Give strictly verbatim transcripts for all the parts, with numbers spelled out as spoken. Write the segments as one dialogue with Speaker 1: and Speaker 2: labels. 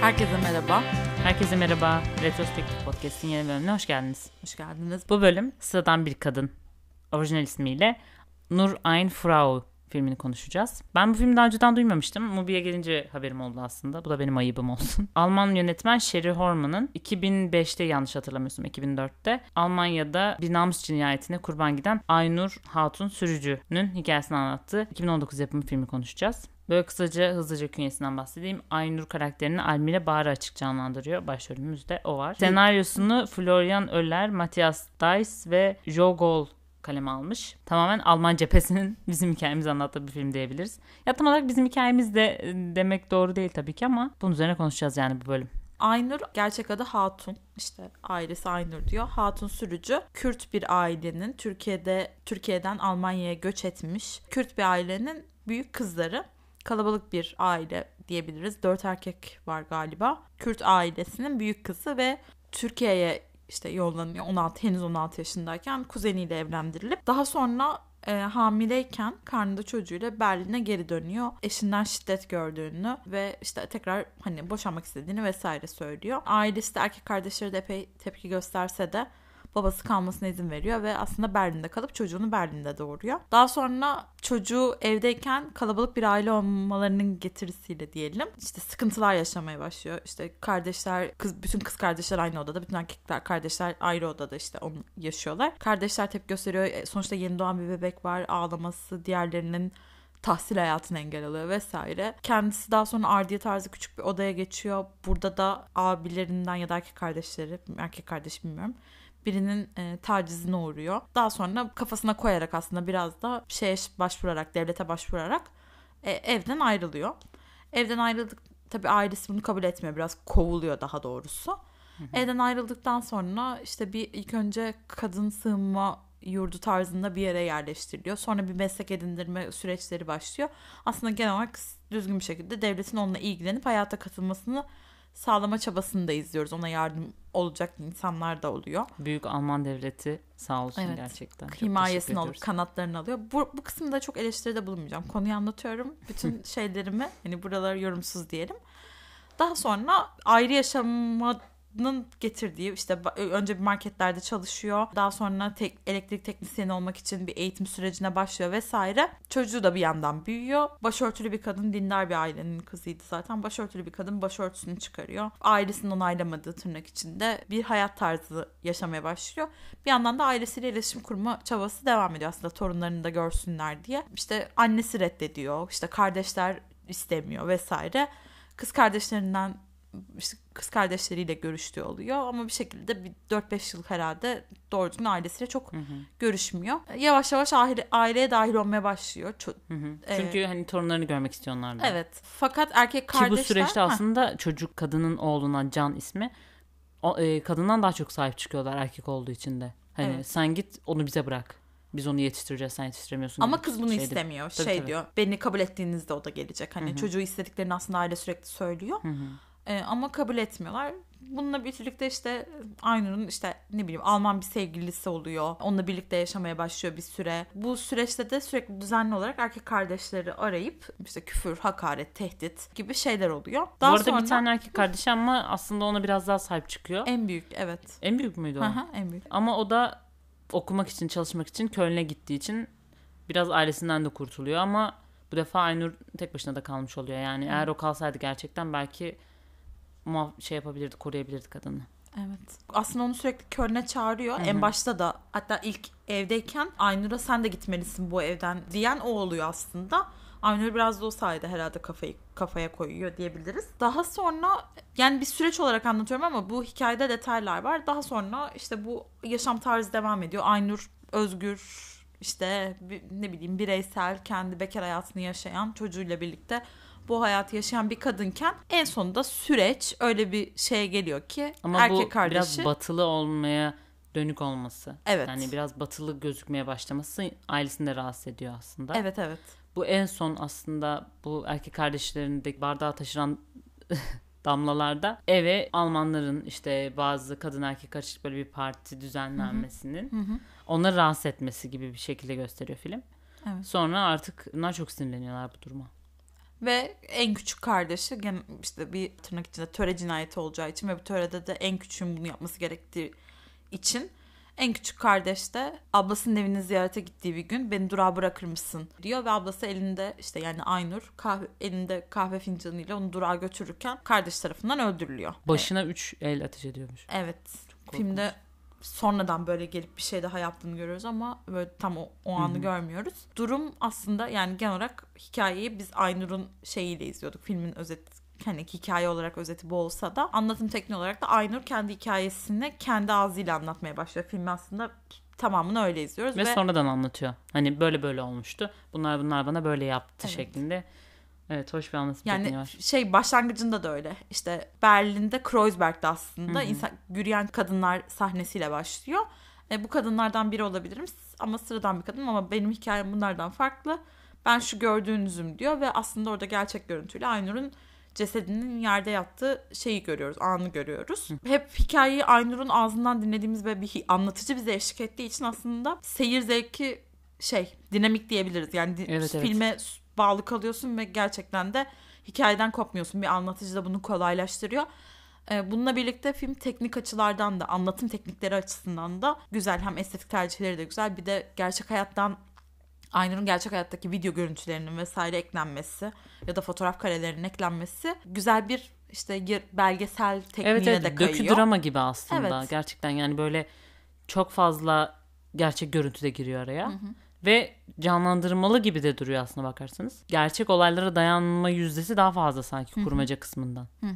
Speaker 1: Herkese merhaba.
Speaker 2: Herkese merhaba. Retrospektif Podcast'in yeni bölümüne hoş geldiniz.
Speaker 1: Hoş geldiniz.
Speaker 2: Bu bölüm Sıradan Bir Kadın orijinal ismiyle Nur Eine Frau filmini konuşacağız. Ben bu filmi daha önceden duymamıştım. Mubi'ye gelince haberim oldu aslında. Bu da benim ayıbım olsun. Alman yönetmen Sherry Horman'ın iki bin beşte yanlış hatırlamıyorsam iki bin dörtte Almanya'da bir namus cinayetine kurban giden Aynur Hatun Sürücü'nün hikayesini anlattığı iki bin on dokuz yapımı filmi konuşacağız. Böyle kısaca hızlıca künyesinden bahsedeyim. Aynur karakterini Almile Bahar'ı açık canlandırıyor. Başrolümüzde o var. Senaryosunu Florian Öller, Matthias Deiss ve Jo Gol kaleme almış. Tamamen Alman cephesinin bizim hikayemizi anlattığı bir film diyebiliriz. Ya tam olarak bizim hikayemiz de demek doğru değil tabii ki ama bunun üzerine konuşacağız yani bu bölüm.
Speaker 1: Aynur gerçek adı Hatun. İşte ailesi Aynur diyor. Hatun Sürücü Kürt bir ailenin Türkiye'de Türkiye'den Almanya'ya göç etmiş Kürt bir ailenin büyük kızları. Kalabalık bir aile diyebiliriz. Dört erkek var galiba. Kürt ailesinin büyük kızı ve Türkiye'ye işte yollanıyor. on altı henüz on altı yaşındayken kuzeniyle evlendirilip daha sonra e, hamileyken karnında çocuğuyla Berlin'e geri dönüyor. Eşinden şiddet gördüğünü ve işte tekrar hani boşanmak istediğini vesaire söylüyor. Ailesi de erkek kardeşleri de epey tepki gösterse de babası kalmasına izin veriyor ve aslında Berlin'de kalıp çocuğunu Berlin'de doğuruyor. Daha sonra çocuğu evdeyken kalabalık bir aile olmalarının getirisiyle diyelim işte sıkıntılar yaşamaya başlıyor. İşte kardeşler, kız, bütün kız kardeşler aynı odada, bütün erkekler kardeşler ayrı odada işte onu yaşıyorlar. Kardeşler tepki gösteriyor. Sonuçta yeni doğan bir bebek var. Ağlaması diğerlerinin tahsil hayatına engel oluyor vesaire. Kendisi daha sonra ardiye tarzı küçük bir odaya geçiyor. Burada da abilerinden ya da erkek kardeşleri, erkek kardeş bilmiyorum, birinin e, tacizine uğruyor. Daha sonra kafasına koyarak aslında biraz da şeye başvurarak, devlete başvurarak e, evden ayrılıyor. Evden ayrıldık, tabii ailesi bunu kabul etmiyor. Biraz kovuluyor daha doğrusu. Hı hı. Evden ayrıldıktan sonra işte bir ilk önce kadın sığınma yurdu tarzında bir yere yerleştiriliyor. Sonra bir meslek edindirme süreçleri başlıyor. Aslında genel olarak düzgün bir şekilde devletin onunla ilgilenip hayata katılmasını sağlama çabasını da izliyoruz. Ona yardım olacak insanlar da oluyor.
Speaker 2: Büyük Alman devleti sağ olsun evet, gerçekten.
Speaker 1: Himayesini alıp kanatlarını alıyor. Bu, bu kısımda çok eleştiride bulunmayacağım. Konuyu anlatıyorum. Bütün şeylerimi hani buraları yorumsuz diyelim. Daha sonra ayrı yaşama getirdiği işte önce bir marketlerde çalışıyor. Daha sonra tek, elektrik teknisyeni olmak için bir eğitim sürecine başlıyor vesaire. Çocuğu da bir yandan büyüyor. Başörtülü bir kadın, dindar bir ailenin kızıydı zaten. Başörtülü bir kadın başörtüsünü çıkarıyor. Ailesinin onaylamadığı tırnak içinde bir hayat tarzı yaşamaya başlıyor. Bir yandan da ailesiyle iletişim kurma çabası devam ediyor aslında torunlarını da görsünler diye. İşte annesi reddediyor. İşte kardeşler istemiyor vesaire. Kız kardeşlerinden İşte kız kardeşleriyle görüştüğü oluyor ama bir şekilde bir dört beş yıl herhalde doğru düzgün ailesiyle çok hı hı. görüşmüyor. Yavaş yavaş aile, aileye dahil olmaya başlıyor. Çok,
Speaker 2: hı hı. Çünkü ee, hani torunlarını görmek istiyorlar da.
Speaker 1: Evet. Fakat erkek kardeşler...
Speaker 2: Ki bu süreçte aslında çocuk kadının oğluna Can ismi o, e, kadından daha çok sahip çıkıyorlar erkek olduğu için de. Hani evet. Sen git onu bize bırak. Biz onu yetiştireceğiz, sen yetiştiremiyorsun.
Speaker 1: Ama kız bunu şeydi. istemiyor. Tabii, şey tabii. diyor. Beni kabul ettiğinizde o da gelecek. Hani hı hı. çocuğu istediklerini aslında aile sürekli söylüyor. Hı hı. Ee, ama kabul etmiyorlar. Bununla birlikte işte Aynur'un işte ne bileyim Alman bir sevgilisi oluyor. Onunla birlikte yaşamaya başlıyor bir süre. Bu süreçte de sürekli düzenli olarak erkek kardeşleri arayıp işte küfür, hakaret, tehdit gibi şeyler oluyor. Daha
Speaker 2: Bu arada
Speaker 1: sonra...
Speaker 2: bir tane erkek kardeşi ama aslında ona biraz daha sahip çıkıyor.
Speaker 1: En büyük, evet.
Speaker 2: En büyük müydü o?
Speaker 1: Hı hı, en büyük.
Speaker 2: Ama o da okumak için, çalışmak için Köln'e gittiği için biraz ailesinden de kurtuluyor ama bu defa Aynur tek başına da kalmış oluyor. Yani hmm. eğer o kalsaydı gerçekten belki şey yapabilirdi, koruyabilirdi kadını.
Speaker 1: Evet. Aslında onu sürekli Köln'e çağırıyor. Hı-hı. En başta da hatta ilk evdeyken Aynur'a sen de gitmelisin bu evden diyen o oluyor aslında. Aynur biraz da o sayede herhalde kafayı kafaya koyuyor diyebiliriz. Daha sonra yani bir süreç olarak anlatıyorum ama bu hikayede detaylar var. Daha sonra işte bu yaşam tarzı devam ediyor. Aynur özgür, işte ne bileyim bireysel, kendi bekar hayatını yaşayan, çocuğuyla birlikte bu hayatı yaşayan bir kadınken en sonunda süreç öyle bir şeye geliyor ki
Speaker 2: ama
Speaker 1: erkek
Speaker 2: bu
Speaker 1: kardeşi...
Speaker 2: biraz batılı olmaya dönük olması.
Speaker 1: Evet.
Speaker 2: Yani biraz batılı gözükmeye başlaması ailesini de rahatsız ediyor aslında.
Speaker 1: Evet evet.
Speaker 2: Bu en son aslında bu erkek kardeşlerindeki bardağı taşıran damlalarda eve Almanların işte bazı kadın erkek karışık böyle bir parti düzenlenmesinin hı hı. onları rahatsız etmesi gibi bir şekilde gösteriyor film. Evet. Sonra artık bunlar çok sinirleniyorlar bu duruma.
Speaker 1: Ve en küçük kardeşi gene işte bir tırnak içinde töre cinayeti olacağı için ve bu törede de en küçüğün bunu yapması gerektiği için en küçük kardeş de ablasının evini ziyarete gittiği bir gün beni durağa bırakır mısın diyor ve ablası elinde işte yani Aynur kahve, elinde kahve fincanıyla onu durağa götürürken kardeş tarafından öldürülüyor.
Speaker 2: Başına üç el ateş ediyormuş.
Speaker 1: Evet. Filmde sonradan böyle gelip bir şey daha yaptığını görüyoruz ama böyle tam o, o anı Hı-hı. görmüyoruz. Durum aslında yani genel olarak hikayeyi biz Aynur'un şeyiyle izliyorduk. Filmin özeti, hani hikaye olarak özeti bu olsa da anlatım tekniği olarak da Aynur kendi hikayesini kendi ağzıyla anlatmaya başlıyor. Filmi aslında tamamını öyle izliyoruz.
Speaker 2: Ve,
Speaker 1: ve
Speaker 2: sonradan anlatıyor. Hani böyle böyle olmuştu. Bunlar bunlar bana böyle yaptı evet. şeklinde. Evet, hoş bir anlatım
Speaker 1: yani
Speaker 2: tekniği var.
Speaker 1: Şey başlangıcında da öyle. İşte Berlin'de Kreuzberg'de aslında insan, yürüyen kadınlar sahnesiyle başlıyor. E, bu kadınlardan biri olabilirim ama sıradan bir kadınım ama benim hikayem bunlardan farklı. Ben şu gördüğünüzüm diyor ve aslında orada gerçek görüntüyle Aynur'un cesedinin yerde yattığı şeyi görüyoruz, anı görüyoruz. Hı. Hep hikayeyi Aynur'un ağzından dinlediğimiz ve bir anlatıcı bize eşlik ettiği için aslında seyir zevki şey dinamik diyebiliriz. Yani evet, filme evet. bağlı kalıyorsun ve gerçekten de hikayeden kopmuyorsun. Bir anlatıcı da bunu kolaylaştırıyor. Bununla birlikte film teknik açılardan da anlatım teknikleri açısından da güzel. Hem estetik tercihleri de güzel. Bir de gerçek hayattan Aynur'un gerçek hayattaki video görüntülerinin vesaire eklenmesi ya da fotoğraf karelerinin eklenmesi güzel bir işte belgesel tekniğine
Speaker 2: evet, evet,
Speaker 1: de kayıyor.
Speaker 2: Dökü drama gibi aslında.
Speaker 1: Evet.
Speaker 2: Gerçekten yani böyle çok fazla gerçek görüntü de giriyor araya. Hı hı. Ve canlandırmalı gibi de duruyor aslına bakarsanız. Gerçek olaylara dayanma yüzdesi daha fazla sanki Hı-hı. kurmaca kısmından. Hı-hı.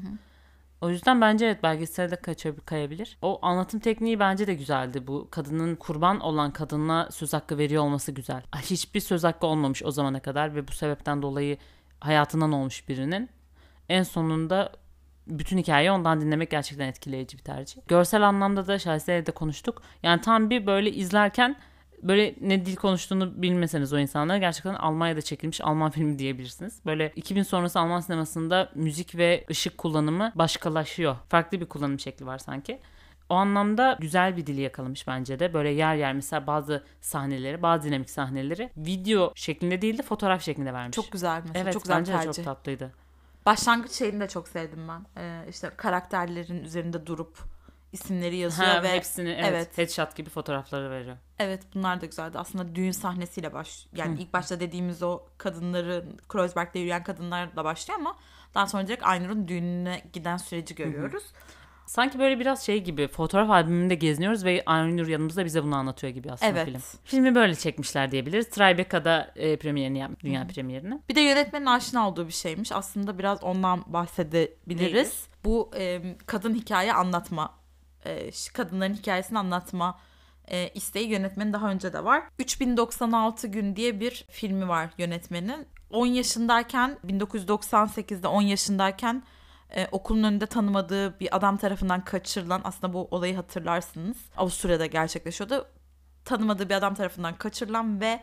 Speaker 2: O yüzden bence evet belgeselde kayabilir. O anlatım tekniği bence de güzeldi. Bu kadının kurban olan kadına söz hakkı veriyor olması güzel. Hiçbir söz hakkı olmamış o zamana kadar ve bu sebepten dolayı hayatından olmuş birinin. En sonunda bütün hikayeyi ondan dinlemek gerçekten etkileyici bir tercih. Görsel anlamda da şaheseriyle de konuştuk. Yani tam bir böyle izlerken böyle ne dil konuştuğunu bilmeseniz o insanlara gerçekten Almanya'da çekilmiş Alman filmi diyebilirsiniz. Böyle iki bin sonrası Alman sinemasında müzik ve ışık kullanımı başkalaşıyor. Farklı bir kullanım şekli var sanki. O anlamda güzel bir dili yakalamış bence de. Böyle yer yer mesela bazı sahneleri, bazı dinamik sahneleri video şeklinde değil de fotoğraf şeklinde vermiş.
Speaker 1: Çok güzel mesela.
Speaker 2: Evet,
Speaker 1: çok güzel
Speaker 2: bence
Speaker 1: tercih.
Speaker 2: de çok tatlıydı.
Speaker 1: Başlangıç şeyini de çok sevdim ben. Ee, işte karakterlerin üzerinde durup isimleri yazıyor
Speaker 2: ha,
Speaker 1: ve
Speaker 2: hepsini evet, evet headshot gibi fotoğrafları veriyor.
Speaker 1: Evet, bunlar da güzeldi. Aslında düğün sahnesiyle baş yani Hı. ilk başta dediğimiz o kadınların Kreuzberg'de yürüyen kadınlarla başlıyor ama daha sonra direkt Aynur'un düğününe giden süreci görüyoruz. Hı.
Speaker 2: Sanki böyle biraz şey gibi fotoğraf albümünde geziniyoruz ve Aynur yanımızda bize bunu anlatıyor gibi aslında
Speaker 1: evet.
Speaker 2: film. Filmi böyle çekmişler diyebiliriz. Tribecca'da e, premierini yapmış, dünya Hı. premierini.
Speaker 1: Bir de yönetmenin aşina olduğu bir şeymiş. Aslında biraz ondan bahsedebiliriz. Neydi? Bu e, kadın hikaye anlatma, e, kadınların hikayesini anlatma e, isteği yönetmenin daha önce de var. üç bin doksan altı gün diye bir filmi var yönetmenin. on yaşındayken bin dokuz yüz doksan sekizde on yaşındayken Ee, okulun önünde tanımadığı bir adam tarafından kaçırılan, aslında bu olayı hatırlarsınız, Avusturya'da gerçekleşiyordu. Tanımadığı bir adam tarafından kaçırılan ve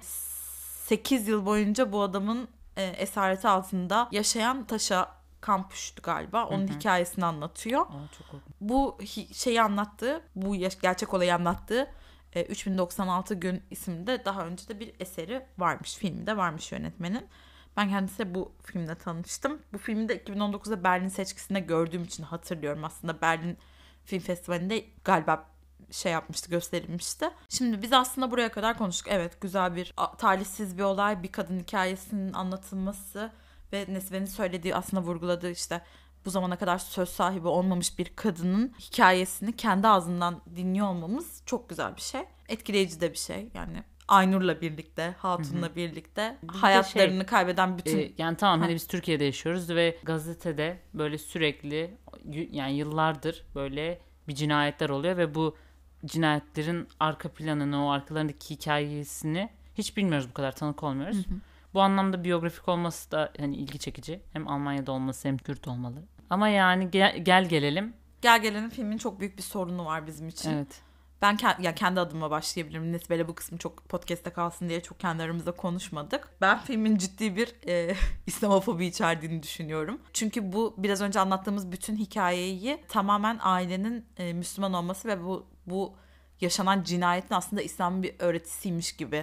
Speaker 1: sekiz yıl boyunca bu adamın e, esareti altında yaşayan Taşa Kampüş'tü galiba. Onun Hı-hı. hikayesini anlatıyor.
Speaker 2: Aa, çok
Speaker 1: bu hi- şeyi anlattığı, bu gerçek olayı anlattığı e, üç bin doksan altı gün isimde daha önce de bir eseri varmış. Filmi de varmış yönetmenin. Ben kendisiyle bu filmde tanıştım. Bu filmi de iki bin on dokuzda Berlin seçkisinde gördüğüm için hatırlıyorum. Aslında Berlin Film Festivali'nde galiba şey yapmıştı, gösterilmişti. Şimdi biz aslında buraya kadar konuştuk. Evet, güzel bir talihsiz bir olay, bir kadın hikayesinin anlatılması ve Nesibe'nin söylediği, aslında vurguladığı işte bu zamana kadar söz sahibi olmamış bir kadının hikayesini kendi ağzından dinliyor olmamız çok güzel bir şey. Etkileyici de bir şey yani. Aynur'la birlikte, Hatun'la Hı-hı. birlikte bir hayatlarını şey, kaybeden bütün...
Speaker 2: E, yani tamam hani biz Türkiye'de yaşıyoruz ve gazetede böyle sürekli yani yıllardır böyle bir cinayetler oluyor ve bu cinayetlerin arka planını, o arkalarındaki hikayesini hiç bilmiyoruz, bu kadar tanık olmuyoruz. Hı-hı. Bu anlamda biyografik olması da hani ilgi çekici. Hem Almanya'da olması hem Kürt olmaları. Ama yani gel, gel gelelim.
Speaker 1: Gel gelelim filmin çok büyük bir sorunu var bizim için.
Speaker 2: Evet.
Speaker 1: Ben kend, ya kendi adıma başlayabilirim. Nesibe'yle bu kısmı çok podcast'te kalsın diye çok kendi aramızda konuşmadık. Ben filmin ciddi bir e, İslamofobi içerdiğini düşünüyorum. Çünkü bu biraz önce anlattığımız bütün hikayeyi tamamen ailenin e, Müslüman olması ve bu bu yaşanan cinayetin aslında İslam'ın bir öğretisiymiş gibi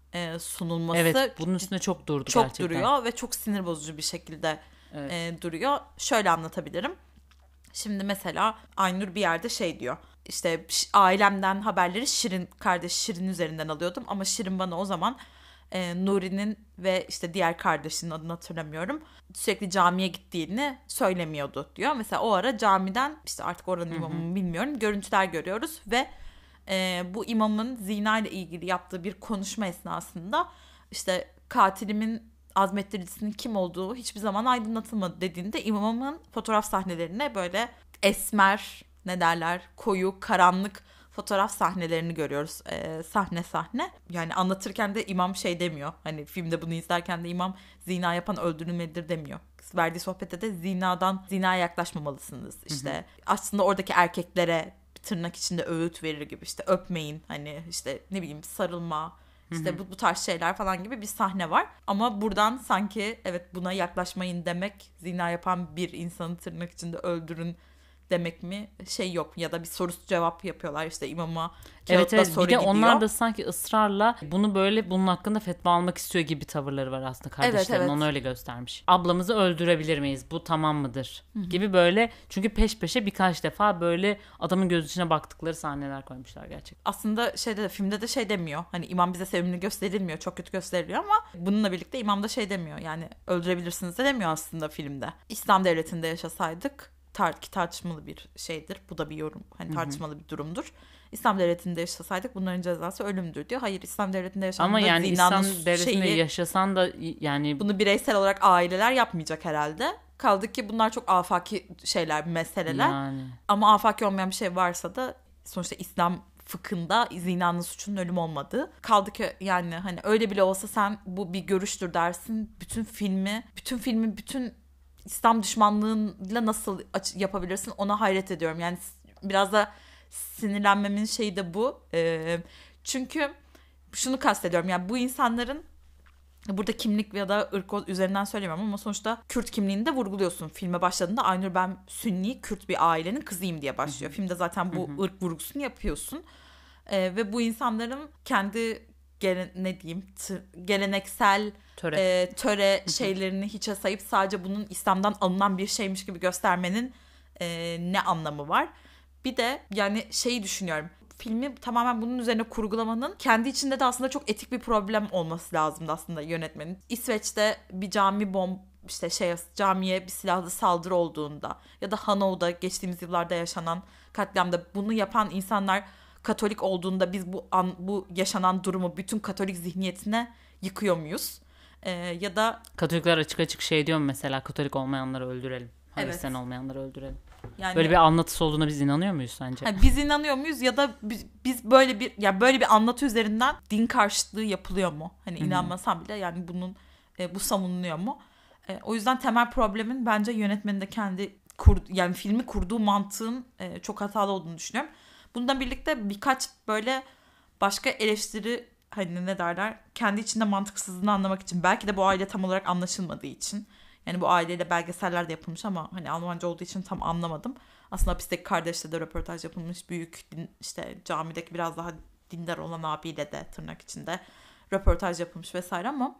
Speaker 1: e, sunulması.
Speaker 2: Evet, bunun üstünde çok durdu
Speaker 1: çok
Speaker 2: gerçekten.
Speaker 1: duruyor ve çok sinir bozucu bir şekilde
Speaker 2: evet.
Speaker 1: e, duruyor. Şöyle anlatabilirim. Şimdi mesela Aynur bir yerde şey diyor. İşte ailemden haberleri Şirin, kardeş Şirin üzerinden alıyordum ama Şirin bana o zaman e, Nuri'nin ve işte diğer kardeşinin adını hatırlamıyorum, sürekli camiye gittiğini söylemiyordu diyor. Mesela o ara camiden, işte artık oranın imamını bilmiyorum, görüntüler görüyoruz ve e, bu imamın zina ile ilgili yaptığı bir konuşma esnasında işte katilimin azmettiricisinin kim olduğu hiçbir zaman aydınlatılmadı dediğinde imamın fotoğraf sahnelerine böyle esmer, ne derler, koyu, karanlık fotoğraf sahnelerini görüyoruz ee, sahne sahne. Yani anlatırken de imam şey demiyor. Hani filmde bunu izlerken de imam zina yapan öldürülmelidir demiyor. Verdiği sohbette de zinadan zinaya yaklaşmamalısınız. İşte hı hı. aslında oradaki erkeklere tırnak içinde öğüt verir gibi, işte öpmeyin, hani işte ne bileyim sarılma, İşte bu, bu tarz şeyler falan gibi bir sahne var. Ama buradan sanki evet buna yaklaşmayın demek, zina yapan bir insanı tırnak içinde öldürün demek mi şey yok, ya da bir soru cevap yapıyorlar işte imama.
Speaker 2: Evet evet, bir de gidiyor. Onlar da sanki ısrarla bunu böyle bunun hakkında fetva almak istiyor gibi tavırları var aslında kardeşlerin. Evet, evet. Onu öyle göstermiş. Ablamızı öldürebilir miyiz? Bu tamam mıdır? Hı-hı. Gibi böyle, çünkü peş peşe birkaç defa böyle adamın göz içine baktıkları sahneler koymuşlar gerçekten.
Speaker 1: Aslında şeyde de, filmde de şey demiyor. Hani imam bize sevimli gösterilmiyor. Çok kötü gösteriliyor ama bununla birlikte imam da şey demiyor. Yani öldürebilirsiniz de demiyor aslında filmde. İslam devletinde yaşasaydık, Tar- ki tartışmalı bir şeydir. Bu da bir yorum. Hani tartışmalı Hı-hı. bir durumdur. İslam devletinde yaşasaydık bunların cezası ölümdür diyor. Hayır, İslam devletinde yaşandığında
Speaker 2: ama yani
Speaker 1: zinanın
Speaker 2: İslam devletinde
Speaker 1: şeyi,
Speaker 2: yaşasan da yani
Speaker 1: bunu bireysel olarak aileler yapmayacak herhalde. Kaldı ki bunlar çok afaki şeyler, meseleler. Yani. Ama afaki olmayan bir şey varsa da sonuçta İslam fıkhında zinanın suçunun ölüm olmadığı. Kaldı ki yani hani öyle bile olsa sen bu bir görüştür dersin. Bütün filmi, bütün filmi bütün İslam düşmanlığıyla nasıl yapabilirsin, ona hayret ediyorum. Yani biraz da sinirlenmemin şeyi de bu. Ee, çünkü şunu kastediyorum, yani bu insanların burada kimlik ya da ırk üzerinden söylemiyorum ama sonuçta Kürt kimliğini de vurguluyorsun. Filme başladığında Aynur ben Sünni Kürt bir ailenin kızıyım diye başlıyor. Hı-hı. Filmde zaten bu Hı-hı. ırk vurgusunu yapıyorsun. Ee, ve bu insanların kendi gele, ne diyeyim t- geleneksel töre, e, töre şeylerini hiçe sayıp sadece bunun İslam'dan alınan bir şeymiş gibi göstermenin e, ne anlamı var? Bir de yani şeyi düşünüyorum. Filmi tamamen bunun üzerine kurgulamanın kendi içinde de aslında çok etik bir problem olması lazımdı aslında yönetmenin. İsveç'te bir cami bomb işte şey camiye bir silahlı saldırı olduğunda ya da Hanover'da geçtiğimiz yıllarda yaşanan katliamda bunu yapan insanlar Katolik olduğunda biz bu an, bu yaşanan durumu bütün Katolik zihniyetine yıkıyor muyuz? Ee, ya da
Speaker 2: Katolikler açık açık şey diyor mu mesela, Katolik olmayanları öldürelim, Hristiyan
Speaker 1: evet.
Speaker 2: olmayanları öldürelim.
Speaker 1: Yani,
Speaker 2: böyle bir anlatısı olduğuna biz inanıyor muyuz sence?
Speaker 1: Yani biz inanıyor muyuz ya da biz, biz böyle bir ya böyle bir anlatı üzerinden din karşıtlığı yapılıyor mu? Hani Hı-hı. inanmasam bile yani bunun e, bu savunuluyor mu? E, o yüzden temel problemin bence yönetmenin de kendi kur, yani filmi kurduğu mantığın e, çok hatalı olduğunu düşünüyorum. Bundan birlikte birkaç böyle başka eleştiri, hani ne derler, kendi içinde mantıksızlığını anlamak için, belki de bu aile tam olarak anlaşılmadığı için. Yani bu aileyle belgeseller de yapılmış ama hani Almanca olduğu için tam anlamadım. Aslında hapisteki kardeşle de röportaj yapılmış. Büyük işte camideki biraz daha dindar olan abiyle de tırnak içinde röportaj yapılmış vesaire ama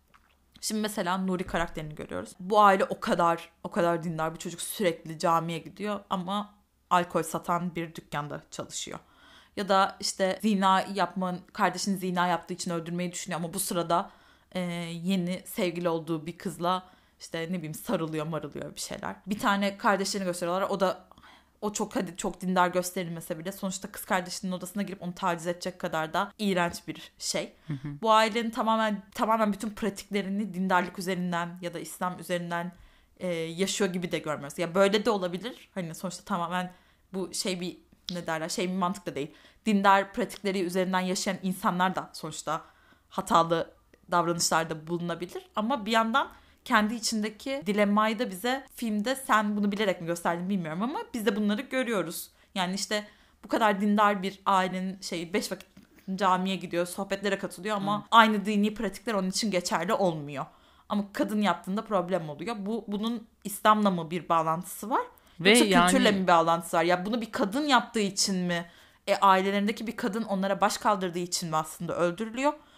Speaker 1: şimdi mesela Nuri karakterini görüyoruz. Bu aile o kadar o kadar dindar bir çocuk, sürekli camiye gidiyor ama alkol satan bir dükkanda çalışıyor. Ya da işte zina yapma, kardeşini zina yaptığı için öldürmeyi düşünüyor ama bu sırada e, yeni sevgili olduğu bir kızla işte ne bileyim sarılıyor marılıyor bir şeyler. Bir tane kardeşlerini gösteriyorlar, o da o çok hadi çok dindar gösterilmese bile sonuçta kız kardeşinin odasına girip onu taciz edecek kadar da iğrenç bir şey. Hı hı. Bu ailenin tamamen tamamen bütün pratiklerini dindarlık üzerinden ya da İslam üzerinden e, yaşıyor gibi de görmüyoruz. Ya böyle de olabilir. Hani sonuçta tamamen bu şey bir ne derler şey bir mantık da değil. Dindar pratikleri üzerinden yaşayan insanlar da sonuçta hatalı davranışlarda bulunabilir. Ama bir yandan kendi içindeki dilemmayı da bize filmde, sen bunu bilerek mi gösterdin bilmiyorum ama biz de bunları görüyoruz. Yani işte bu kadar dindar bir ailenin şeyi beş vakit camiye gidiyor, sohbetlere katılıyor ama hmm. aynı dini pratikler onun için geçerli olmuyor. Ama kadın yaptığında problem oluyor. Bu bunun İslam'la mı bir bağlantısı var? Ve yoksa yani kültürle mi bir bağlantısı var? Ya bunu bir kadın yaptığı için mi? E, ailelerindeki bir kadın onlara baş kaldırdığı için mi aslında öldürülüyor?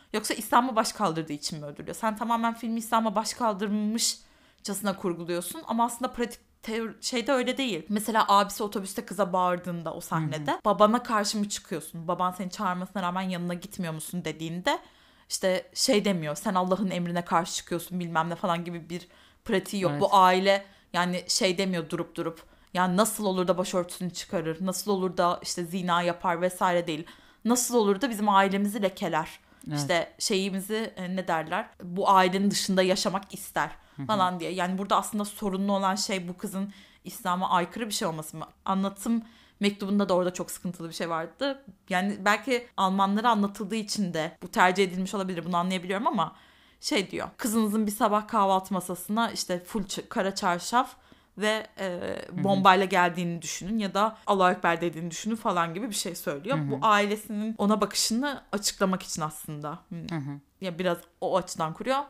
Speaker 1: Yoksa İslam'ı baş kaldırdığı için mi öldürüyor? Sen tamamen filmi İslam'a baş kaldırmışçasına kurguluyorsun ama aslında pratik teori, şeyde öyle değil. Mesela abisi otobüste kıza bağırdığında o sahnede, hı-hı, babana karşı mı çıkıyorsun? Baban seni çağırmasına rağmen yanına gitmiyor musun dediğinde işte şey demiyor. Sen Allah'ın emrine karşı çıkıyorsun bilmem ne falan gibi bir pratiği yok. Evet. Bu aile yani şey demiyor durup durup. Yani nasıl olur da başörtüsünü çıkarır? Nasıl olur da işte zina yapar vesaire değil. Nasıl olur da bizim ailemizi lekeler? Evet. İşte şeyimizi ne derler? Bu ailenin dışında yaşamak ister falan diye. Yani burada aslında sorunlu olan şey bu kızın İslam'a aykırı bir şey olması mı? Anlatım mektubunda da orada çok sıkıntılı bir şey vardı. Yani belki Almanlara anlatıldığı için de bu tercih edilmiş olabilir. Bunu anlayabiliyorum ama şey diyor. Kızınızın bir sabah kahvaltı masasına işte full ç- kara çarşaf ve e, bombayla geldiğini düşünün ya da Allahu Ekber dediğini düşünün falan gibi bir şey söylüyor. Hı hı. Bu ailesinin ona bakışını açıklamak için aslında. Hı hı. Ya biraz o açıdan kuruyor.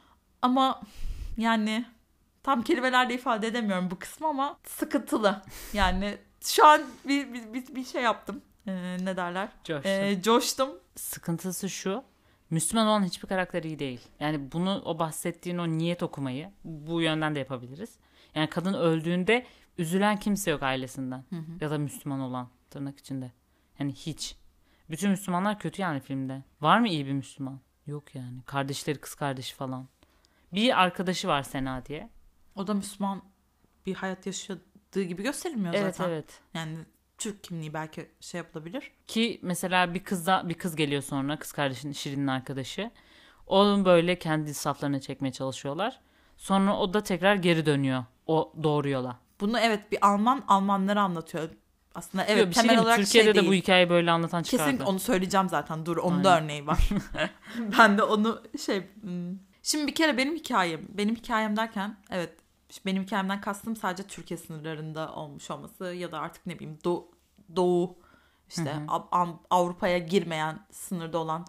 Speaker 1: Ama yani tam kelimelerle ifade edemiyorum bu kısmı ama sıkıntılı. Yani şu an bir bir, bir, bir şey yaptım. Ee, ne derler?
Speaker 2: Coştum.
Speaker 1: Ee, coştum.
Speaker 2: Sıkıntısı şu. Müslüman olan hiçbir karakter iyi değil. Yani bunu o bahsettiğin o niyet okumayı bu yönden de yapabiliriz. Yani kadın öldüğünde üzülen kimse yok ailesinden. Hı hı. Ya da Müslüman olan tırnak içinde. Yani hiç. Bütün Müslümanlar kötü yani filmde. Var mı iyi bir Müslüman? Yok yani. Kardeşleri, kız kardeşi falan. Bir arkadaşı var Sena diye.
Speaker 1: O da Müslüman bir hayat yaşadığı gibi gösterilmiyor
Speaker 2: evet,
Speaker 1: zaten.
Speaker 2: Evet evet.
Speaker 1: Yani Türk kimliği belki şey yapılabilir.
Speaker 2: Ki mesela bir kızda bir kız geliyor sonra, kız kardeşinin Şirin'in arkadaşı. Onun böyle kendi saflarına çekmeye çalışıyorlar. Sonra o da tekrar geri dönüyor o doğru yola.
Speaker 1: Bunu evet bir Alman Almanlara anlatıyor. Aslında evet
Speaker 2: Yok, temel şey olarak Türkiye'de şey de değil. Bu hikayeyi böyle anlatan çıkardı.
Speaker 1: Kesinlikle onu söyleyeceğim zaten. Dur onun Aynen. da örneği var. Ben de onu şey... Şimdi bir kere benim hikayem. Benim hikayem derken evet benim hikayemden kastım sadece Türkiye sınırlarında olmuş olması ya da artık ne bileyim Doğu, Doğu işte Avrupa'ya girmeyen sınırda olan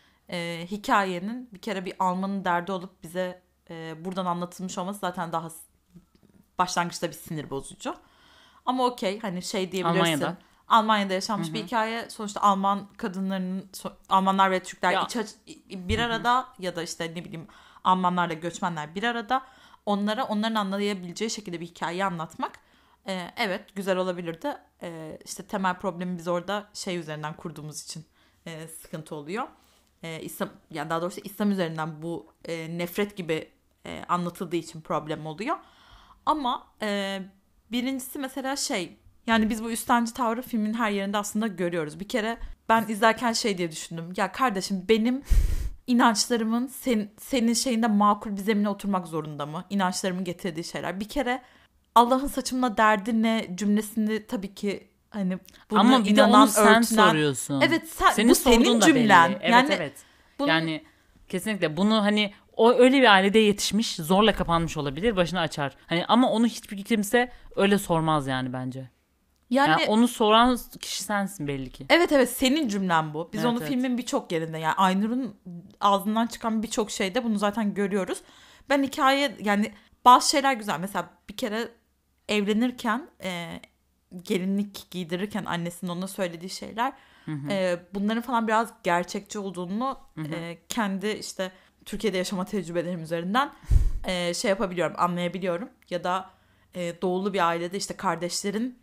Speaker 1: e, hikayenin bir kere bir Alman'ın derdi olup bize e, buradan anlatılmış olması zaten daha başlangıçta bir sinir bozucu. Ama okey hani şey diyebilirsin.
Speaker 2: Almanya'da.
Speaker 1: Almanya'da yaşanmış Hı-hı. bir hikaye. Sonuçta Alman kadınlarının, Almanlar ve Türkler ya. iç, bir arada Hı-hı. ya da işte ne bileyim Almanlarla göçmenler bir arada. Onlara onların anlayabileceği şekilde bir hikaye anlatmak e, evet güzel olabilirdi. E, işte temel problemi biz orada şey üzerinden kurduğumuz için e, sıkıntı oluyor. E, İslam, yani daha doğrusu İslam üzerinden bu e, nefret gibi e, anlatıldığı için problem oluyor. Ama e, birincisi mesela şey yani biz bu üstenci tavrı filmin her yerinde aslında görüyoruz. Bir kere ben izlerken şey diye düşündüm. Ya kardeşim benim inançlarımın sen, senin şeyinde makul bir zemine oturmak zorunda mı? İnançlarımın getirdiği şeyler. Bir kere Allah'ın saçımla derdi ne cümlesini tabii ki hani bunu
Speaker 2: Ama bir
Speaker 1: inanan,
Speaker 2: de onu sen
Speaker 1: örtünen,
Speaker 2: soruyorsun.
Speaker 1: Evet sen,
Speaker 2: senin
Speaker 1: bu senin cümlen.
Speaker 2: Evet
Speaker 1: yani,
Speaker 2: evet. Bunun... Yani kesinlikle bunu hani o öyle bir ailede yetişmiş, zorla kapanmış olabilir, başını açar. Hani ama onu hiçbir kimse öyle sormaz yani bence. Yani, yani onu soran kişi sensin belli ki.
Speaker 1: Evet evet senin cümlen bu. Biz
Speaker 2: evet,
Speaker 1: onu
Speaker 2: evet.
Speaker 1: filmin birçok yerinde yani Aynur'un ağzından çıkan birçok şeyde bunu zaten görüyoruz. Ben hikaye yani bazı şeyler güzel. Mesela bir kere evlenirken e, gelinlik giydirirken annesinin ona söylediği şeyler hı hı. E, bunların falan biraz gerçekçi olduğunu hı hı. E, kendi işte Türkiye'de yaşama tecrübelerim üzerinden e, şey yapabiliyorum, anlayabiliyorum. Ya da e, doğulu bir ailede işte kardeşlerin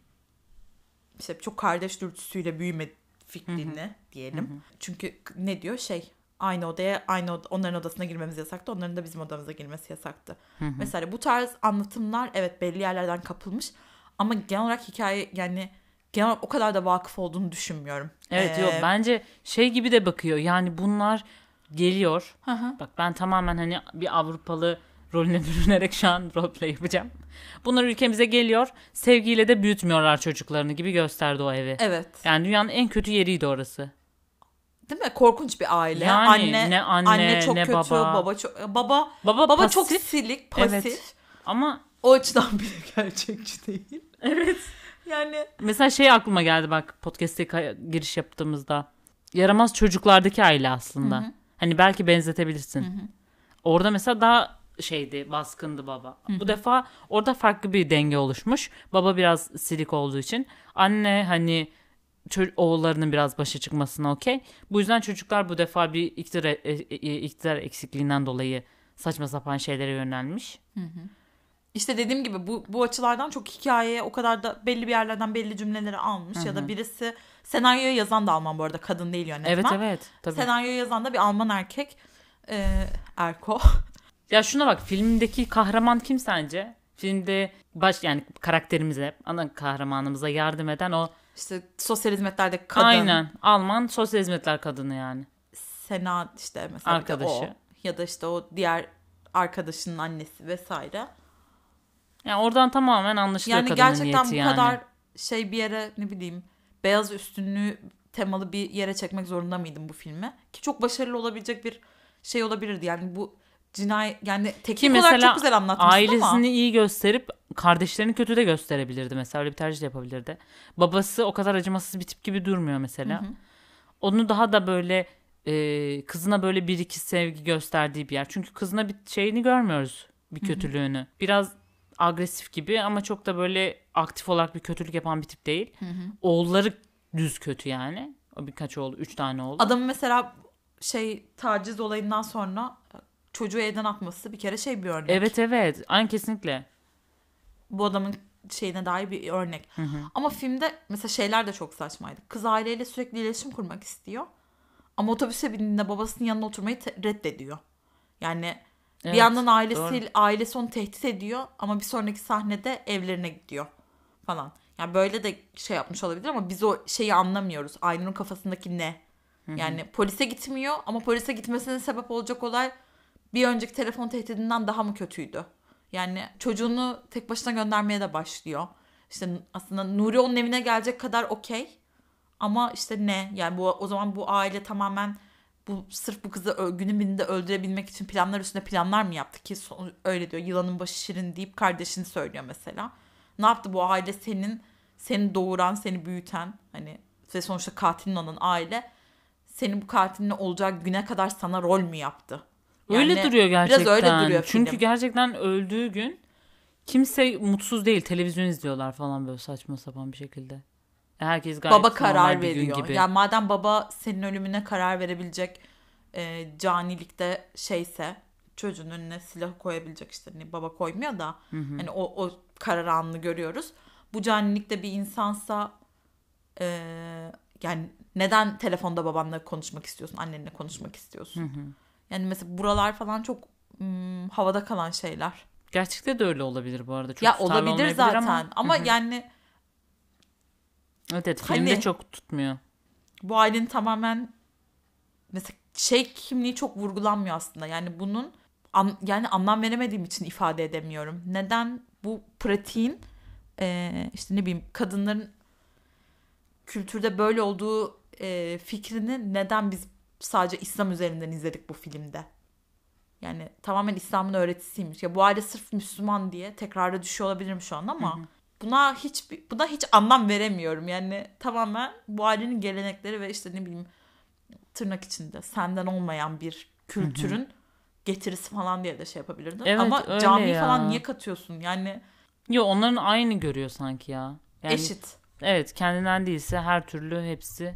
Speaker 1: işte çok kardeş dürtüsüyle büyüme fikrini hı hı. diyelim. Hı hı. Çünkü ne diyor şey aynı odaya aynı oda, onların odasına girmemiz yasaktı. Onların da bizim odamıza girmesi yasaktı. Hı hı. Mesela bu tarz anlatımlar evet belli yerlerden kapılmış ama genel olarak hikaye yani genel olarak o kadar da vakıf olduğunu düşünmüyorum.
Speaker 2: Evet
Speaker 1: ee,
Speaker 2: yok bence şey gibi de bakıyor. Yani bunlar geliyor.
Speaker 1: Hı hı.
Speaker 2: Bak ben tamamen hani bir Avrupalı rolüne bürünerek şu an roleplay yapacağım. Bunlar ülkemize geliyor. Sevgiyle de büyütmüyorlar çocuklarını gibi gösterdi o evi.
Speaker 1: Evet.
Speaker 2: Yani dünyanın en kötü yeriydi orası.
Speaker 1: Değil mi? Korkunç bir aile.
Speaker 2: Yani
Speaker 1: anne,
Speaker 2: ne anne,
Speaker 1: anne çok
Speaker 2: ne
Speaker 1: kötü,
Speaker 2: baba.
Speaker 1: Baba çok baba
Speaker 2: baba,
Speaker 1: baba
Speaker 2: pasif.
Speaker 1: çok silik, pasif.
Speaker 2: Evet. Ama
Speaker 1: o açıdan bile gerçekçi değil.
Speaker 2: Evet.
Speaker 1: Yani
Speaker 2: mesela şey aklıma geldi bak podcast'e giriş yaptığımızda. Yaramaz çocuklardaki aile aslında. Hı hı. Hani belki benzetebilirsin. Hı hı. Orada mesela daha şeydi, baskındı baba. Hı hı. Bu defa orada farklı bir denge oluşmuş. Baba biraz silik olduğu için. Anne hani ço- oğullarının biraz başa çıkmasına okey. Bu yüzden çocuklar bu defa bir iktidar, e, e, iktidar eksikliğinden dolayı saçma sapan şeylere yönelmiş.
Speaker 1: Hı hı. İşte dediğim gibi bu bu açılardan çok hikayeye o kadar da belli bir yerlerden belli cümleleri almış. Hı-hı. Ya da birisi, senaryoyu yazan da Alman bu arada, kadın değil yönetmen.
Speaker 2: Evet evet. Tabii.
Speaker 1: Senaryoyu yazan da bir Alman erkek. Ee, Erko.
Speaker 2: Ya şuna bak, filmdeki kahraman kim sence? Filmde baş yani karakterimize, ana kahramanımıza yardım eden o
Speaker 1: işte sosyal hizmetlerdeki kadın.
Speaker 2: Aynen. Alman sosyal hizmetler kadını yani.
Speaker 1: Sena işte mesela
Speaker 2: arkadaşı.
Speaker 1: O. Ya da işte o diğer arkadaşının annesi vesaire.
Speaker 2: Yani oradan tamamen anlaşılıyor
Speaker 1: yani
Speaker 2: kadının niyeti yani.
Speaker 1: Gerçekten bu kadar şey bir yere, ne bileyim, beyaz üstünlüğü temalı bir yere çekmek zorunda mıydım bu filmi? Ki çok başarılı olabilecek bir şey olabilirdi. Yani bu cinayet, yani teknik olarak çok güzel anlatmışsın
Speaker 2: ailesini
Speaker 1: ama.
Speaker 2: iyi gösterip kardeşlerini kötü de gösterebilirdi mesela. Öyle bir tercih de yapabilirdi. Babası o kadar acımasız bir tip gibi durmuyor mesela. Hı hı. Onu daha da böyle e, kızına böyle bir iki sevgi gösterdiği bir yer. Çünkü kızına bir şeyini görmüyoruz, bir kötülüğünü. Hı hı. Biraz agresif gibi ama çok da böyle aktif olarak bir kötülük yapan bir tip değil. Hı hı. Oğulları düz kötü yani. O birkaç oğlu, üç tane oğlu.
Speaker 1: Adamın mesela şey taciz olayından sonra çocuğu evden atması bir kere şey bir örnek.
Speaker 2: Evet evet. Aynı kesinlikle.
Speaker 1: Bu adamın şeyine dair bir örnek. Hı hı. Ama filmde mesela şeyler de çok saçmaydı. Kız aileyle sürekli iletişim kurmak istiyor. Ama otobüse bindiğinde babasının yanına oturmayı te- reddediyor. Yani evet, bir yandan ailesi ailesi onu tehdit ediyor ama bir sonraki sahnede evlerine gidiyor falan. Yani böyle de şey yapmış olabilir ama biz o şeyi anlamıyoruz. Aynur'un kafasındaki ne? Hı hı. Yani polise gitmiyor ama polise gitmesine sebep olacak olay bir önceki telefon tehdidinden daha mı kötüydü? Yani çocuğunu tek başına göndermeye de başlıyor. İşte aslında Nuri onun evine gelecek kadar okey. Ama işte ne? Yani bu o zaman bu aile tamamen bu sırf bu kızı günün birinde öldürebilmek için planlar üstüne planlar mı yaptı ki son, öyle diyor. Yılanın başı şirin deyip kardeşini söylüyor mesela. Ne yaptı bu aile? Senin seni doğuran, seni büyüten, hani ve sonuçta katilin olan aile senin bu katilin olacağı güne kadar sana rol mü yaptı?
Speaker 2: Yani öyle duruyor gerçekten. Biraz öyle duruyor film. Çünkü gerçekten öldüğü gün kimse mutsuz değil. Televizyon izliyorlar falan böyle saçma sapan bir şekilde. Herkes gayet
Speaker 1: baba karar veriyor. Gibi. Yani madem baba senin ölümüne karar verebilecek e, canilikte şeyse, çocuğun önüne silah koyabilecek, işte hani baba koymuyor da hı hı. hani o, o karar anını görüyoruz. Bu canilikte bir insansa e, yani neden telefonda babanla konuşmak istiyorsun, annenle konuşmak istiyorsun? Hı hı. Yani mesela buralar falan çok ım, havada kalan şeyler.
Speaker 2: Gerçekte de öyle olabilir bu arada. Çok
Speaker 1: ya olabilir zaten ama, ama yani
Speaker 2: evet, evet filmde hani, çok tutmuyor.
Speaker 1: Bu ailenin tamamen mesela şey kimliği çok vurgulanmıyor aslında. Yani bunun an, yani anlam veremediğim için ifade edemiyorum. Neden bu pratiğin e, işte ne bileyim kadınların kültürde böyle olduğu e, fikrini neden biz sadece İslam üzerinden izledik bu filmde? Yani tamamen İslam'ın öğretisiymiş. Ya bu aile sırf Müslüman diye tekrara düşüyor olabilirim şu an ama hı hı. buna hiç buna hiç anlam veremiyorum. Yani tamamen bu ailenin gelenekleri ve işte ne bileyim tırnak içinde senden olmayan bir kültürün hı hı. getirisi falan diye de şey yapabilirdin. Evet, ama camiyi falan niye katıyorsun? Yani
Speaker 2: yo, onların aynı görüyor sanki ya. Yani,
Speaker 1: eşit.
Speaker 2: Evet, kendinden değilse her türlü hepsi.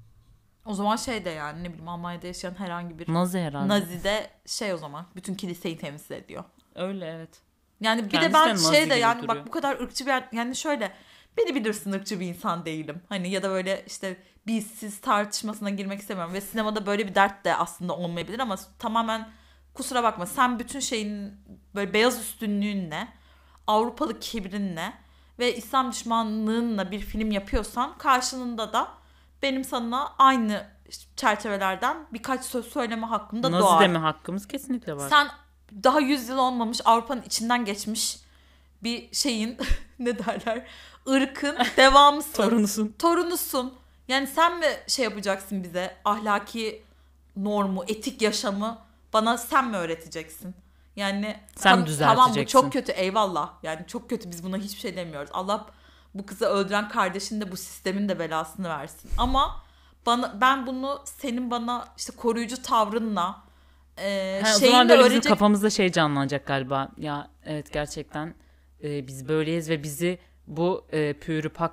Speaker 1: O zaman şey de yani ne bileyim Almanya'da yaşayan herhangi bir
Speaker 2: Nazi herhalde.
Speaker 1: Nazi de şey o zaman bütün kiliseyi temsil ediyor.
Speaker 2: Öyle evet.
Speaker 1: Yani bir Kendisi de ben şey de yani duruyor. Bak bu kadar ırkçı bir yer, yani şöyle beni bilirsin ırkçı bir insan değilim. Hani ya da böyle işte bizsiz tartışmasına girmek istemiyorum ve sinemada böyle bir dert de aslında olmayabilir ama tamamen kusura bakma sen bütün şeyin böyle beyaz üstünlüğünle, Avrupalı kibrinle ve İslam düşmanlığınla bir film yapıyorsan karşılığında da benim sana aynı çerçevelerden birkaç söz söyleme hakkında
Speaker 2: Nazi
Speaker 1: doğar.
Speaker 2: Nazi deme hakkımız kesinlikle var.
Speaker 1: Sen daha yüz yıl olmamış Avrupa'nın içinden geçmiş bir şeyin ne derler ırkın devamısın.
Speaker 2: Torunusun.
Speaker 1: Torunusun. Yani sen mi şey yapacaksın bize ahlaki normu, etik yaşamı bana sen mi öğreteceksin? Yani
Speaker 2: sen
Speaker 1: tam,
Speaker 2: düzelteceksin.
Speaker 1: Tamam bu çok kötü eyvallah. Yani çok kötü biz buna hiçbir şey demiyoruz. Allah bu kızı öldüren kardeşin de bu sistemin de belasını versin. Ama bana ben bunu senin bana işte koruyucu tavrınla e,
Speaker 2: ha,
Speaker 1: şeyinle
Speaker 2: o zaman böyle
Speaker 1: öğrenecek...
Speaker 2: bizim kafamızda şey canlanacak galiba. Ya evet gerçekten e, biz böyleyiz ve bizi bu e, pürüpak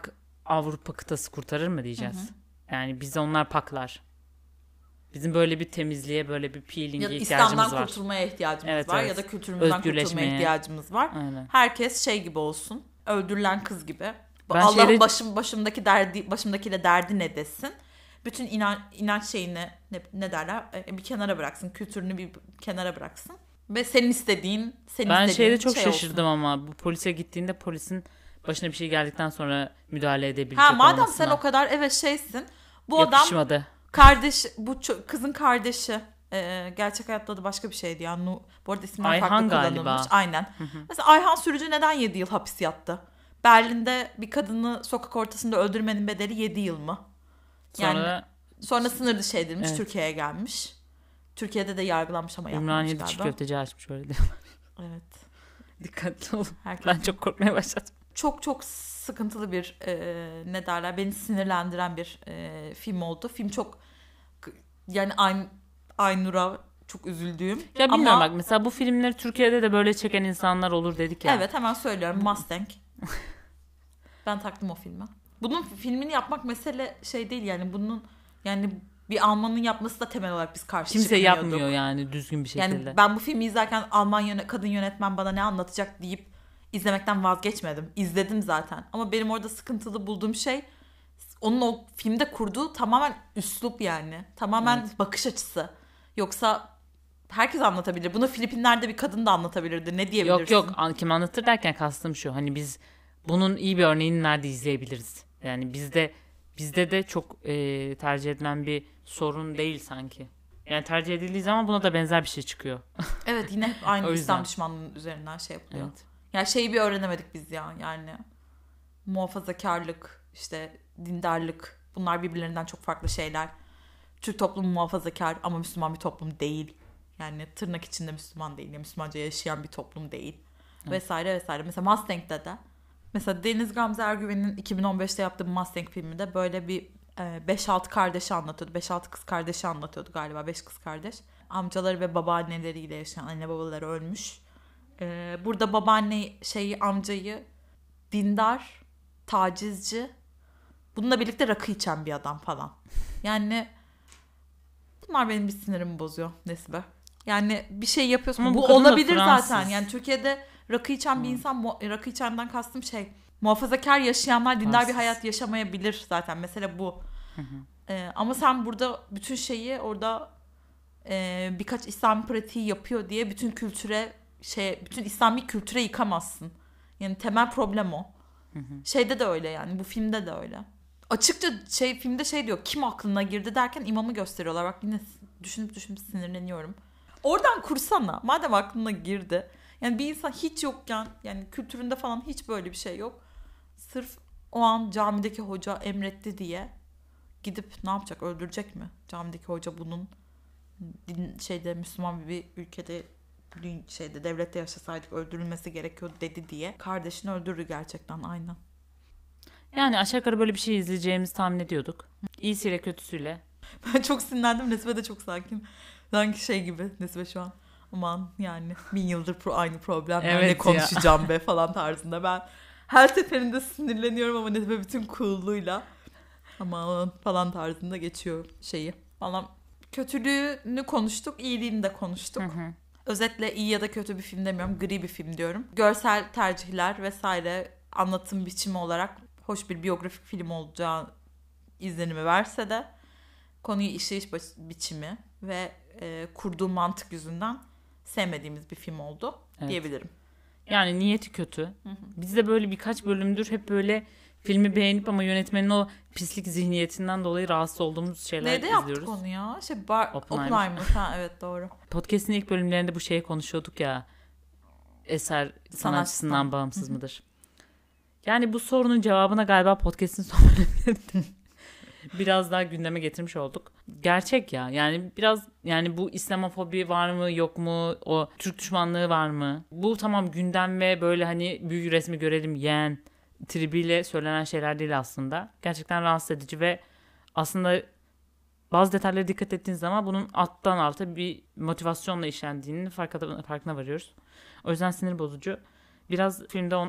Speaker 2: Avrupa kıtası kurtarır mı diyeceğiz. Hı hı. Yani biz onlar paklar. Bizim böyle bir temizliğe, böyle bir peeling'e ya ihtiyacımız var.
Speaker 1: İslam'dan kurtulmaya ihtiyacımız evet, var evet. Ya da kültürümüzden kurtulmaya ihtiyacımız var.
Speaker 2: Aynen.
Speaker 1: Herkes şey gibi olsun. Öldürülen kız gibi. Allah şeyleri... başım başımdaki derdi başımdakiyle derdi ne desin. Bütün inan, inanç şeyini ne, ne derler bir kenara bıraksın. Kültürünü bir kenara bıraksın. Ve senin istediğin, senin
Speaker 2: ben
Speaker 1: istediğin
Speaker 2: şeyde çok
Speaker 1: şey
Speaker 2: şaşırdım
Speaker 1: olsun.
Speaker 2: Ama bu polise gittiğinde polisin başına bir şey geldikten sonra müdahale edebilecek
Speaker 1: ha, madem
Speaker 2: olmasına.
Speaker 1: Sen o kadar evet şeysin. Bu
Speaker 2: Yakışmadı.
Speaker 1: adam kardeş, bu ço- kızın kardeşi. Ee, gerçek hayatta da başka bir şeydi yani. Bu arada isimler
Speaker 2: Ayhan
Speaker 1: farklı
Speaker 2: galiba.
Speaker 1: kullanılmış. Aynen. Hı hı. Mesela Ayhan Sürücü neden yedi yıl hapis yattı? Berlin'de bir kadını sokak ortasında öldürmenin bedeli yedi yıl mı? Yani sonra, sonra sınır dışı edilmiş, evet. Türkiye'ye gelmiş. Türkiye'de de yargılanmış ama yapmamış galiba.
Speaker 2: Ümraniye'de çiğ köfteci açmış öyle diyorlar.
Speaker 1: Evet.
Speaker 2: Dikkatli olun. Herkes... Ben çok korkmaya başladım.
Speaker 1: Çok çok sıkıntılı bir e, ne derler beni sinirlendiren bir e, film oldu. Film çok yani Ayn, Aynur'a çok üzüldüğüm.
Speaker 2: Ya bilmiyorum ama... bak mesela bu filmleri Türkiye'de de böyle çeken insanlar olur dedik ya.
Speaker 1: Evet hemen söylüyorum Mustang. Ben taktım o filme. Bunun filmini yapmak mesele şey değil yani bunun yani bir Almanın yapması da temel olarak biz karşı
Speaker 2: Kimse
Speaker 1: çıkmıyorduk.
Speaker 2: yapmıyor yani düzgün bir şekilde.
Speaker 1: Yani ben bu filmi izlerken Alman yöne, kadın yönetmen bana ne anlatacak deyip izlemekten vazgeçmedim. İzledim zaten. Ama benim orada sıkıntılı bulduğum şey onun o filmde kurduğu tamamen üslup yani. Tamamen evet. bakış açısı. Yoksa herkes anlatabilir. Bunu Filipinler'de bir kadın da anlatabilirdi. Ne diyebilirsin?
Speaker 2: Yok yok kim anlatır derken kastım şu. Hani biz bunun iyi bir örneğini nerede izleyebiliriz? Yani bizde bizde de çok e, tercih edilen bir sorun değil sanki. Yani tercih edildiği zaman buna da benzer bir şey çıkıyor.
Speaker 1: Evet yine hep aynı İslam düşmanlığının üzerinden şey yapılıyor. Evet. Yani şeyi bir öğrenemedik biz ya yani muhafazakarlık, işte dindarlık bunlar birbirlerinden çok farklı şeyler. Türk toplumu muhafazakar ama Müslüman bir toplum değil. Yani tırnak içinde Müslüman değil. Yani Müslümanca yaşayan bir toplum değil. Evet. Vesaire vesaire. Mesela Mustang'de de mesela Deniz Gamze Ergüven'in iki bin on beşte yaptığı Mustang filminde böyle bir beş altı kardeşi anlatıyordu. beş altı kız kardeşi anlatıyordu galiba. beş kız kardeş. Amcaları ve babaanneleriyle yaşayan anne babaları ölmüş. Ee, burada babaanne şeyi amcayı dindar, tacizci, bununla birlikte rakı içen bir adam falan. Yani bunlar benim bir sinirimi bozuyor Nesibe. Yani bir şey yapıyorsun. Ama bu, bu olabilir zaten. Yani Türkiye'de rakı içen hmm. bir insan, rakı içenden kastım şey, muhafazakar yaşayanlar dindar Fransız. Bir hayat yaşamayabilir zaten. Mesela bu. Hı hı. Ee, ama sen burada bütün şeyi orada e, birkaç İslam pratiği yapıyor diye bütün kültüre şey, bütün İslami kültüre yıkamazsın. Yani temel problem o. Hı hı. Şeyde de öyle yani. Bu filmde de öyle. Açıkça şey filmde şey diyor. Kim aklına girdi derken imamı gösteriyorlar. Bak yine düşünüp düşünüp sinirleniyorum. Oradan kursana. Madem aklına girdi. Yani bir insan hiç yokken yani kültüründe falan hiç böyle bir şey yok. Sırf o an camideki hoca emretti diye gidip ne yapacak? Öldürecek mi? Camideki hoca bunun din, şeyde Müslüman bir ülkede şeyde devlette yaşasaydık öldürülmesi gerekiyor dedi diye kardeşini öldürdü gerçekten aynen.
Speaker 2: Yani aşağı yukarı böyle bir şey izleyeceğimizi tahmin ediyorduk. İyisiyle kötüsüyle.
Speaker 1: Ben çok sinirlendim. Nesibe de çok sakin. Sanki şey gibi Nesibe şu an. Aman yani bin yıldır pro- aynı problemlerle evet konuşacağım be falan tarzında. Ben her seferinde sinirleniyorum ama Nesibe bütün cool'luğuyla aman falan tarzında geçiyor şeyi. Falan kötülüğünü konuştuk, iyiliğini de konuştuk. Hı hı. Özetle iyi ya da kötü bir film demiyorum. Gri bir film diyorum. Görsel tercihler vesaire anlatım biçimi olarak hoş bir biyografik film olacağı izlenimi verse de konuyu işleyiş biçimi ve e, kurduğu mantık yüzünden sevmediğimiz bir film oldu evet. diyebilirim.
Speaker 2: Yani niyeti kötü. Hı hı. Biz de böyle birkaç bölümdür hep böyle filmi beğenip ama yönetmenin o pislik zihniyetinden dolayı rahatsız olduğumuz şeyler Neyde izliyoruz. Neyde
Speaker 1: yaptık onu ya? Şey, bar- Oppenheimer. Oppenheimer. Ha, evet doğru.
Speaker 2: Podcast'in ilk bölümlerinde bu şeyi konuşuyorduk ya. Eser sanatçısından bağımsız mıdır? Yani bu sorunun cevabına galiba podcast'in son bölümlerinde biraz daha gündeme getirmiş olduk. Gerçek ya. Yani biraz yani bu İslamofobi var mı yok mu? O Türk düşmanlığı var mı? Bu tamam gündem ve böyle hani büyük resmi görelim yeğen tribiyle söylenen şeyler değil aslında. Gerçekten rahatsız edici ve aslında bazı detaylara dikkat ettiğiniz zaman bunun alttan alta bir motivasyonla işlendiğinin farkına, farkına varıyoruz. O yüzden sinir bozucu. Biraz filmde on,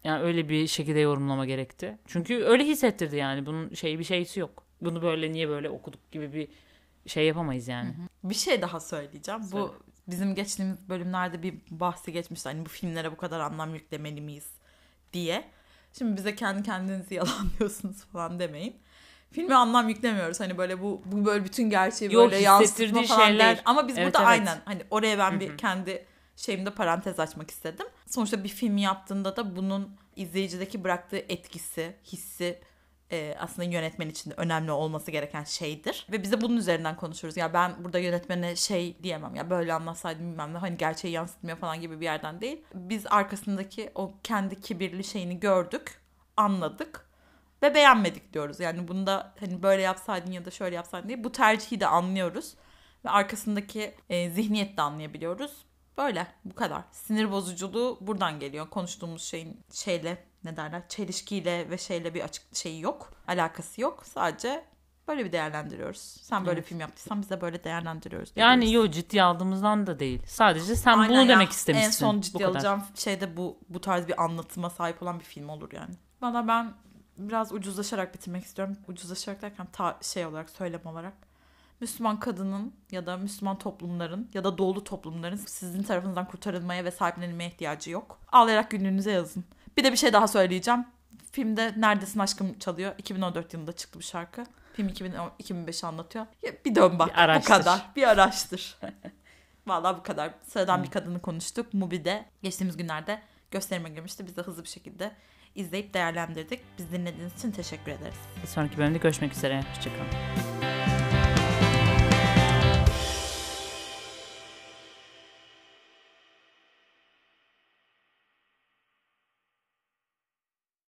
Speaker 2: Yani öyle bir şekilde yorumlama gerekti. Çünkü öyle hissettirdi yani. Bunun şeyi bir şeysi yok. Bunu böyle niye böyle okuduk gibi bir şey yapamayız yani. Hı
Speaker 1: hı. Bir şey daha söyleyeceğim. Söyle. Bu bizim geçtiğimiz bölümlerde bir bahsi geçmişti. Hani bu filmlere bu kadar anlam yüklemeli miyiz diye. Şimdi bize kendi kendinizi yalanlıyorsunuz falan demeyin. Filme anlam yüklemiyoruz. Hani böyle bu bu böyle bütün gerçeği
Speaker 2: Yok,
Speaker 1: böyle yansıtma falan şeyler değil. Ama biz
Speaker 2: evet,
Speaker 1: burada
Speaker 2: evet.
Speaker 1: aynen hani oraya ben bir Hı-hı. kendi şeyimde parantez açmak istedim. Sonuçta bir film yaptığında da bunun izleyicideki bıraktığı etkisi, hissi e, aslında yönetmen için de önemli olması gereken şeydir. Ve biz de bunun üzerinden konuşuyoruz. Ya ben burada yönetmene şey diyemem. Ya böyle anlatsaydım bilmem ne. Hani gerçeği yansıtmıyor falan gibi bir yerden değil. Biz arkasındaki o kendi kibirli şeyini gördük, anladık. Ve beğenmedik diyoruz. Yani bunda hani böyle yapsaydın ya da şöyle yapsaydın diye bu tercihi de anlıyoruz. Ve arkasındaki e, zihniyeti de anlayabiliyoruz. Böyle bu kadar. Sinir bozuculuğu buradan geliyor. Konuştuğumuz şeyin şeyle ne derler çelişkiyle ve şeyle bir açık şeyi yok. Alakası yok. Sadece böyle bir değerlendiriyoruz. Sen böyle evet. film yaptıysan biz de böyle değerlendiriyoruz.
Speaker 2: Yani yok ciddiye aldığımızdan da değil. Sadece sen Aynen bunu ya. demek istemişsin.
Speaker 1: En son ciddiye alacağım şey de bu, bu tarz bir anlatıma sahip olan bir film olur yani. Valla ben biraz ucuzlaşarak bitirmek istiyorum. Ucuzlaşarak derken ta, şey olarak, söylem olarak. Müslüman kadının ya da Müslüman toplumların ya da doğulu toplumların sizin tarafınızdan kurtarılmaya ve sahiplenilmeye ihtiyacı yok. Ağlayarak günlüğünüze yazın. Bir de bir şey daha söyleyeceğim. Filmde Neredesin Aşkım çalıyor. iki bin on dört yılında çıktı bir şarkı. Film iki bin beşi anlatıyor. Ya bir dön bak. Bir bu kadar. Bir araştır. Vallahi bu kadar. Sıradan bir kadını konuştuk. Mubi'de geçtiğimiz günlerde gösterime girmişti. Biz de hızlı bir şekilde izleyip değerlendirdik. Biz dinlediğiniz için teşekkür ederiz.
Speaker 2: Bir sonraki bölümde görüşmek üzere. Hoşçakalın.